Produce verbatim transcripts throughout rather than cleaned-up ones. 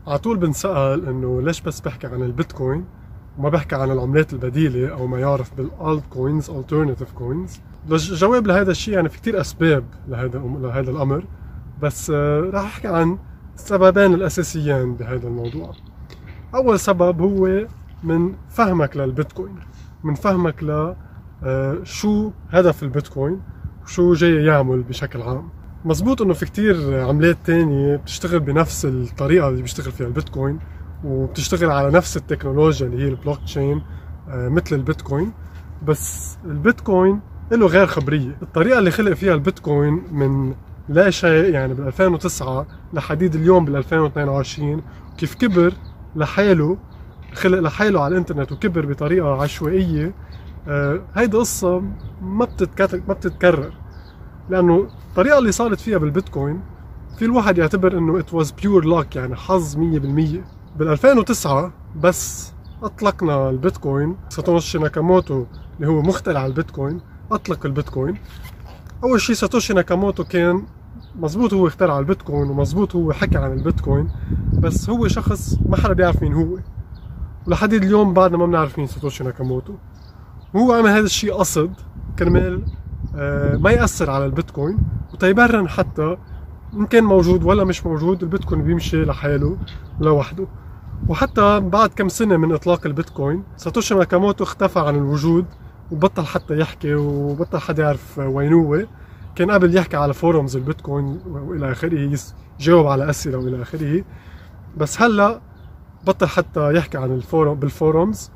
على طول بنسأل انه ليش بس بحكي عن البيتكوين وما بحكي عن العملات البديلة او ما يعرف بالالت كوينز alternative coins. الجواب لهذا الشيء يعني في كتير اسباب لهذا لهذا الامر، بس راح احكي عن السببين الاساسيين بهذا الموضوع. اول سبب هو من فهمك للبيتكوين، من فهمك ل شو هدف البيتكوين وشو جاي يعمل بشكل عام. مزبوط انه في كتير عملات تانية بتشتغل بنفس الطريقة اللي بيشتغل فيها البيتكوين وبتشتغل على نفس التكنولوجيا اللي هي البلوك تشين مثل البيتكوين، بس البيتكوين له غير خبرية. الطريقة اللي خلق فيها البيتكوين من لا شيء يعني بال ألفين وتسعة لحديد اليوم بال ألفين واثنين وعشرين، كيف كبر لحاله، خلق لحاله على الانترنت وكبر بطريقة عشوائية، آه هيدي قصة ما بتتكرر ما بتتكرر لأنه الطريقة اللي صارت فيها بالبيتكوين في الواحد يعتبر إنه it was pure luck، يعني حظ مية بالمية. بال ألفين وتسعة بس أطلقنا البيتكوين، ساتوشي ناكاموتو اللي هو مخترع البيتكوين أطلق البيتكوين. أول شيء ساتوشي ناكاموتو كان مزبوط هو اخترع البيتكوين ومزبوط هو حكى عن البيتكوين، بس هو شخص ما حدا بيعرف مين هو، ولحد اليوم بعدنا ما بنعرف مين ساتوشي ناكاموتو. وهو عمل هذا الشيء قصد كرمال آه ما يأثر على البيتكوين وتيبرن حتى إن كان موجود ولا مش موجود البيتكوين بيمشي لحاله لوحده. وحتى بعد كم سنة من إطلاق البيتكوين ساتوشي ناكاموتو اختفى عن الوجود وبطل حتى يحكي وبطل حدا يعرف وين هو. كان قبل يحكي على فورمز البيتكوين وإلى آخره، يجاوب على أسئلة وإلى آخره، بس هلا بطل حتى يحكي عن الفورم بالفورمز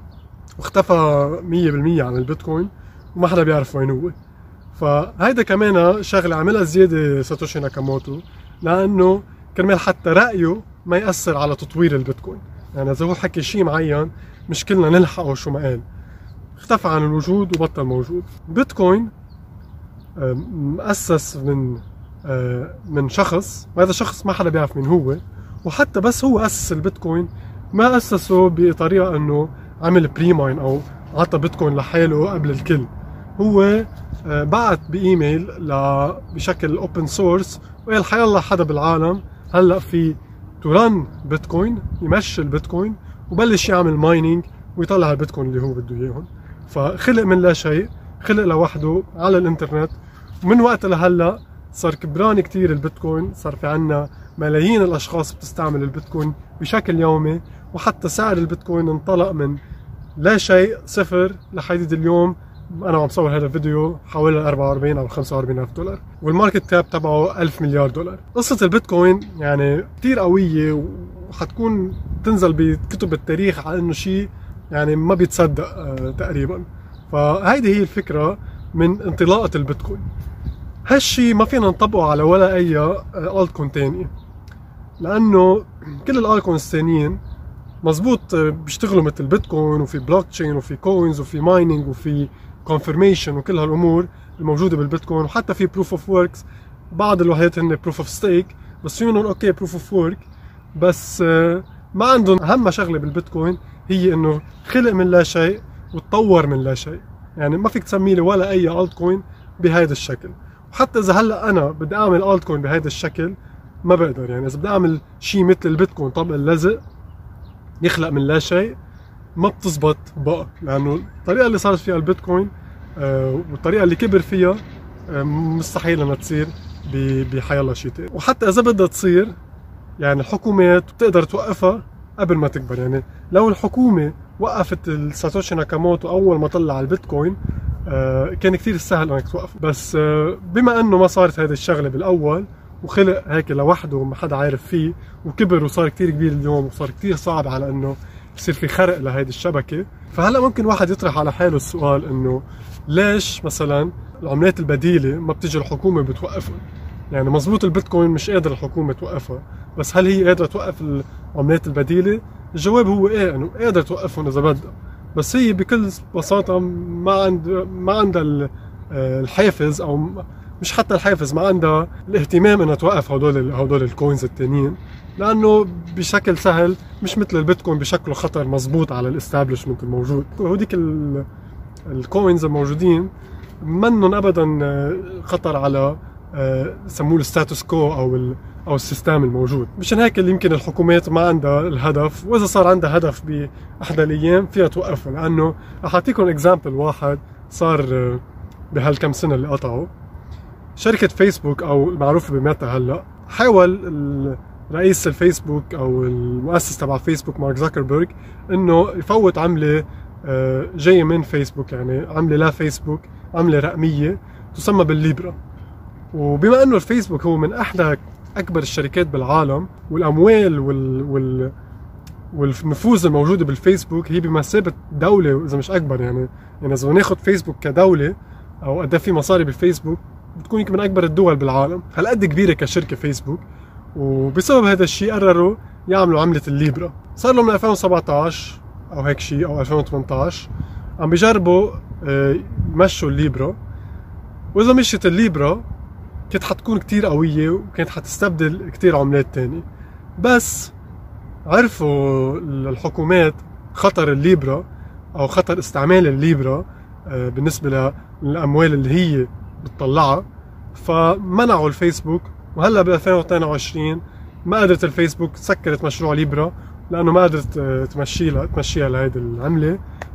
واختفى مية بالمية عن البيتكوين وما حدا بيعرف وين هو. فهيدا كمان شغلة عملها زيادة ساتوشي ناكاموتو لأنه كرمال حتى رأيه ما يأثر على تطوير البيتكوين. يعني إذا هو حكي شيء معين مش كلنا نلحقه شو ما قال، اختفى عن الوجود وبطل موجود. بيتكوين مؤسس من من شخص، وهذا الشخص ما حدا بيعرف مين هو، وحتى بس هو أسس البيتكوين ما أسسه بطريقة إنه عمل بري ماين أو عطى بيتكوين لحاله قبل الكل. هو بعت بإيميل بشكل اوبن سورس وقال حيالله حدا بالعالم هلا في توران بيتكوين يمشي البيتكوين، وبلش يعمل مايننج ويطلع البيتكوين اللي هو بده اياهم. فخلق من لا شيء، خلق لوحده على الانترنت، ومن وقت لهلا صار كبران كتير البيتكوين، صار في عنا ملايين الاشخاص بتستعمل البيتكوين بشكل يومي، وحتى سعر البيتكوين انطلق من لا شيء صفر لحديد اليوم انا عم صور هذا الفيديو حوالي أربعة وأربعين او خمسة وأربعين ألف دولار، والماركت كاب تبعه ألف مليار دولار. قصة البيتكوين يعني كتير قوية وحتكون تنزل بكتب التاريخ على انه شيء يعني ما بيتصدق آه تقريبا. فهيدي هي الفكرة من انطلاقة البيتكوين. هالشي ما فينا نطبقه على ولا اي الت كوين تاني، لانه كل الالت كوينز الثانيين مزبوط بيشتغلوا مثل البيتكوين وفي بلوك تشين وفي كوينز وفي مايننج وفي كونفرميشن وكل هالامور الموجوده بالبيتكوين، وحتى في بروف اوف وركس. بعض الوحدات هن بروف اوف ستيك، بس فيهم اوكي بروف اوف ورك، بس ما عندهم اهم شغله بالبيتكوين هي انه خلق من لا شيء وتطور من لا شيء. يعني ما فيك تسمي لي ولا اي الت كوين بهذا الشكل. وحتى اذا هلا انا بدي اعمل الت كوين بهذا الشكل ما بقدر. يعني اذا بدي اعمل شيء مثل البيتكوين طبق اللزق يخلق من لا شيء ما بتزبط بقى، لانه الطريقه اللي صارت فيها البيتكوين آه والطريقه اللي كبر فيها آه مستحيل انها تصير بحيالله شيء تاني. وحتى اذا بدها تصير يعني الحكومات بتقدر توقفها قبل ما تكبر. يعني لو الحكومه وقفت ساتوشي ناكاموتو اول ما طلع البيتكوين آه كان كثير سهل انك توقف، بس آه بما انه ما صارت هذه الشغله بالاول وخلق هيك لوحده وما حدا عارف فيه وكبر وصار كتير كبير اليوم وصار كتير صعب على انه يصير في خرق لهيدي الشبكه. فهلا ممكن واحد يطرح على حاله السؤال انه ليش مثلا العملات البديله ما بتيجي الحكومه بتوقفها؟ يعني مزبوط البيتكوين مش قادر الحكومه توقفها، بس هل هي قادره توقف العملات البديله؟ الجواب هو ايه، انه قادر توقفهم اذا بدها، بس هي بكل بساطه ما عند ما عندها الحافز، او مش حتى الحافز، ما عندها الاهتمام انها توقف هدول هدول الكوينز التانيين، لانه بشكل سهل مش مثل البيتكوين بشكله خطر مزبوط على الاستابلشمنت الموجود. وهوديك الكوينز الموجودين منن ابدا خطر على يسموه الستاتوس كو او ال او السيستم الموجود. مشان هيك اللي يمكن الحكومات ما عندها الهدف، واذا صار عندها هدف باحدى الايام فيها توقفها. لانه رح اعطيكم اكزامبل واحد صار بهالكم سنه اللي قطعوا. شركه فيسبوك او المعروفه بميتا هلا، حاول رئيس الفيسبوك او المؤسس تبع فيسبوك مارك زكربيرج انه يفوت عمله جايه من فيسبوك، يعني عمله لا فيسبوك، عمله رقميه تسمى بالليبرا. وبما انه الفيسبوك هو من احدى اكبر الشركات بالعالم، والاموال وال, وال والنفوذ الموجوده بالفيسبوك هي بمثابه دوله اذا مش اكبر. يعني يعني اذا بناخذ فيسبوك كدوله او قد في مصاري بالفيسبوك، بتكون يمكن من اكبر الدول بالعالم. هالقد كبيره كشركه فيسبوك، وبسبب هذا الشيء قرروا يعملوا عمله الليبرا. صار لهم من ألفين وسبعطعش او هيك شيء او ألفين وثمنطعش عم بيجربوا يمشوا الليبرا. واذا مشيت الليبرا كانت حتكون كتير قوية وكانت حتستبدل كتير عملات تانية. بس عرفوا الحكومات خطر الليبرا او خطر استعمال الليبرا بالنسبة للأموال اللي هي بتطلعها، فمنعوا الفيسبوك. وهلا ب ألفين واثنين وعشرين ما قدرت الفيسبوك سكرت مشروع ليبرا لانه ما قدرت تمشيها تمشيها لهيدي العملة،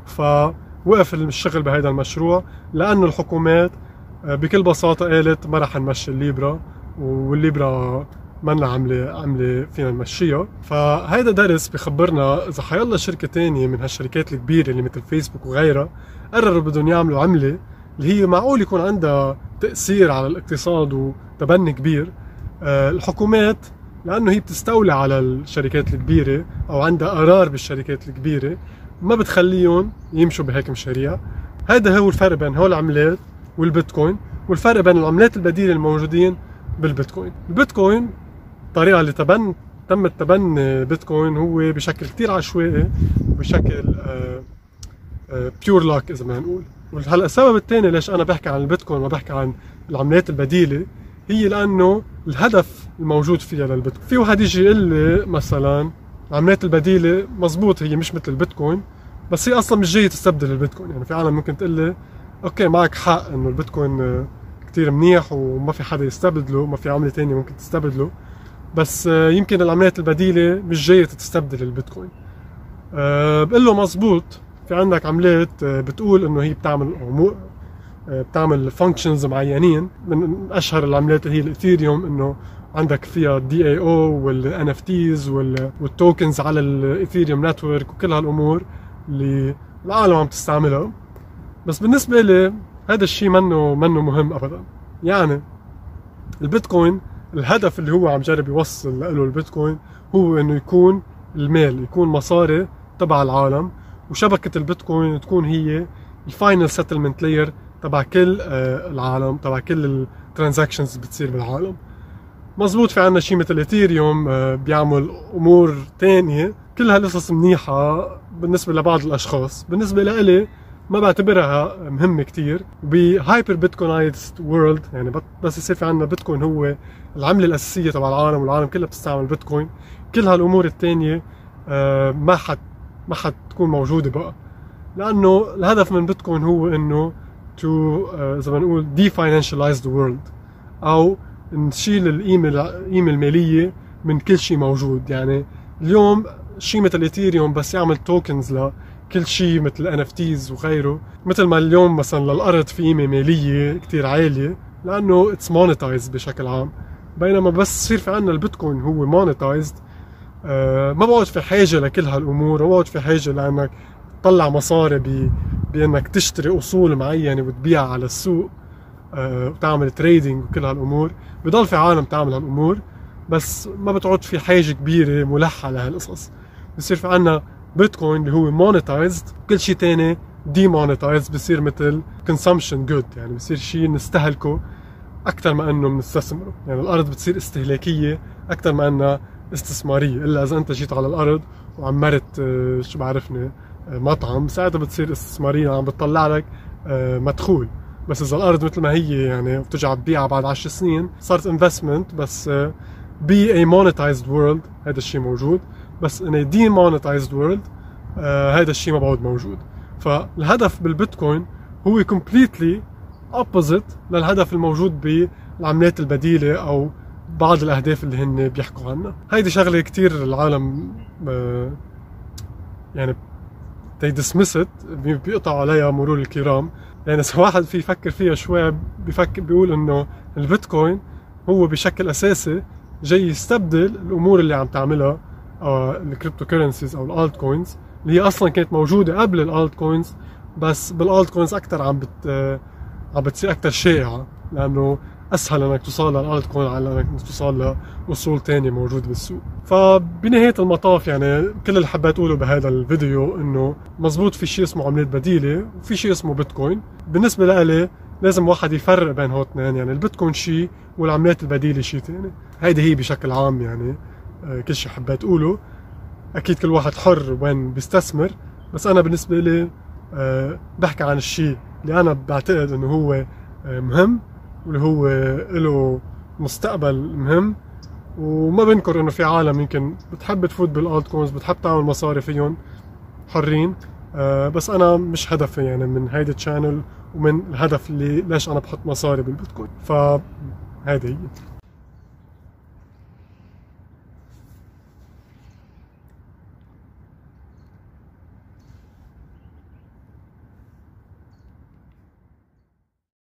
فوقف الشغل بهذا المشروع لانه الحكومات بكل بساطة قالت ما رح نمشي الليبرا، والليبرا منا عملة عملة فينا نمشيها. فهيدا درس بخبرنا إذا حيلا شركة تانية من هالشركات الكبيرة اللي مثل فيسبوك وغيرها قرروا بدهم يعملوا عملة اللي هي معقول يكون عندها تأثير على الاقتصاد وتبني كبير، الحكومات لأنه هي بتستولي على الشركات الكبيرة أو عندها قرار بالشركات الكبيرة ما بتخليهم يمشوا بهيك مشاريع. هذا هو الفرق بين هول العملات والبيتكوين، والفرق بين العملات البديلة الموجودين بالبيتكوين. البيتكوين الطريقة اللي تبن تم تبني بيتكوين هو بشكل كتير عشوائي وبشكل بيور لاك إذا ما نقول. وهلا السبب الثاني ليش أنا بحكي عن البيتكوين وما بحكي عن العملات البديلة هي لأنه الهدف الموجود فيها للبيتكوين. في واحد يجي يقول لي مثلا العملات البديلة مزبوط هي مش مثل البيتكوين، بس هي أصلا مش جاية تستبدل البيتكوين. يعني في عالم ممكن تقول لي اوكي معك حق انه البيتكوين كتير منيح وما في حدا يستبدله، ما في عملة تانية ممكن تستبدله، بس يمكن العملات البديلة مش جاية تستبدل البيتكوين. أه بقول له مزبوط، في عندك عملات بتقول انه هي بتعمل بتعمل فانكشنز معينين. من اشهر العملات اللي هي الاثيريوم، انه عندك فيها دي اي او والان اف تيز والتوكنز على الاثيريوم نتورك وكل هالامور اللي العالم عم تستعملها. بس بالنسبة لي هذا الشيء منه منه مهم ابدا. يعني البيتكوين الهدف اللي هو عم جرب يوصل له البيتكوين هو انه يكون المال، يكون مصاري تبع العالم، وشبكة البيتكوين تكون هي الفاينل سيتلمنت لاير تبع كل العالم، تبع كل الترانزاكشنز اللي بتصير بالعالم. مزبوط في عنا شيء مثل ايثيريوم بيعمل امور تانية، كل هالقصص منيحة بالنسبة لبعض الاشخاص. بالنسبة لإلي ما بعتبرها مهمة كتير. بهايبر بيتكوينايزد وورلد، يعني بس يصير في عنا بيتكوين هو العملة الأساسية تبع العالم والعالم كلها بتستعمل بيتكوين، كل هالأمور التانية ما حت ما حتكون موجودة بقى. لأنه الهدف من بيتكوين هو إنه تو إذا بنقول دي financialize the world، أو نشيل القيمة القيمة المالية من كل شيء موجود. يعني اليوم شيء مثل ايثيريوم بس يعمل توكنز ل كل شيء مثل ان اف تيز وغيره، مثل ما اليوم مثلا للارض في قيمه ماليه كثير عاليه لانه اتس مونيتايزد بشكل عام. بينما بس يصير في عندنا البيتكوين هو مونيتايزد، آه ما بقعد في حاجه لكل هالامور، ما بقعد في حاجه لانك تطلع مصاري ب... بانك تشتري اصول معينه وتبيعها على السوق آه وتعمل تريدينج وكل هالامور. بضل في عالم تعمل هالامور بس ما بتعود في حاجه كبيره ملحه لهالقصص. بصير في عندنا بيتكوين اللي هو مونيتايزد، كل شيء تاني دي مونيتايزد، بصير مثل consumption good، يعني بصير شيء نستهلكه اكثر ما انه بنستثمره. يعني الارض بتصير استهلاكيه اكثر ما انها استثماريه، الا اذا انت جيت على الارض وعمرت شو بعرفني مطعم، ساعتها بتصير استثماريه عم بتطلع لك مدخول. بس اذا الارض مثل ما هي يعني بترجع تبيعها بعد عشر سنين صارت انفستمنت. بس be a monetized world هذا الشيء موجود، بس in a demonetized world آه هذا الشيء ما بعود موجود. فالهدف بالبيتكوين هو completely opposite للهدف الموجود العملات البديلة أو بعض الأهداف اللي هن بيحكوا عنها. هيدي شغلة كتير العالم آه يعني they dismiss it، بيقطعوا عليها مرور الكرام. يعني إذا واحد في يفكر فيها شوي بيفكر بيقول إنه البيتكوين هو بشكل أساسي جاي يستبدل الأمور اللي عم تعملها الكريبتو كورنسيز أو الالت كوينز اللي هي أصلا كانت موجودة قبل الالت كوينز، بس بالالت كوينز أكتر عم بت عم بتصير أكتر شائعة لأنه أسهل إنك توصل للالت كوين على إنك توصل لوصول تاني موجود بالسوق. فبنهاية المطاف يعني كل اللي حبيت أقوله بهذا الفيديو إنه مزبوط في شيء اسمه عملات بديلة وفي شيء اسمه بيتكوين. بالنسبة لإلي لازم واحد يفرق بين هو اثنين، يعني البيتكوين شيء والعملات البديلة شيء تاني. هيدي هي بشكل عام يعني كل شيء حبيت أقوله. أكيد كل واحد حر وين بيستثمر، بس أنا بالنسبة لي بحكي عن الشيء اللي أنا بعتقد إنه هو مهم واللي هو له مستقبل مهم. وما بنكر انه في عالم يمكن بتحب تفوت بالالت كوينز، بتحب تعمل مصاري فيهم، حرين. أه بس انا مش هدفي يعني من هيدا الشانل ومن الهدف اللي ليش انا بحط مصاري بالبيتكوين. فهيدي هي.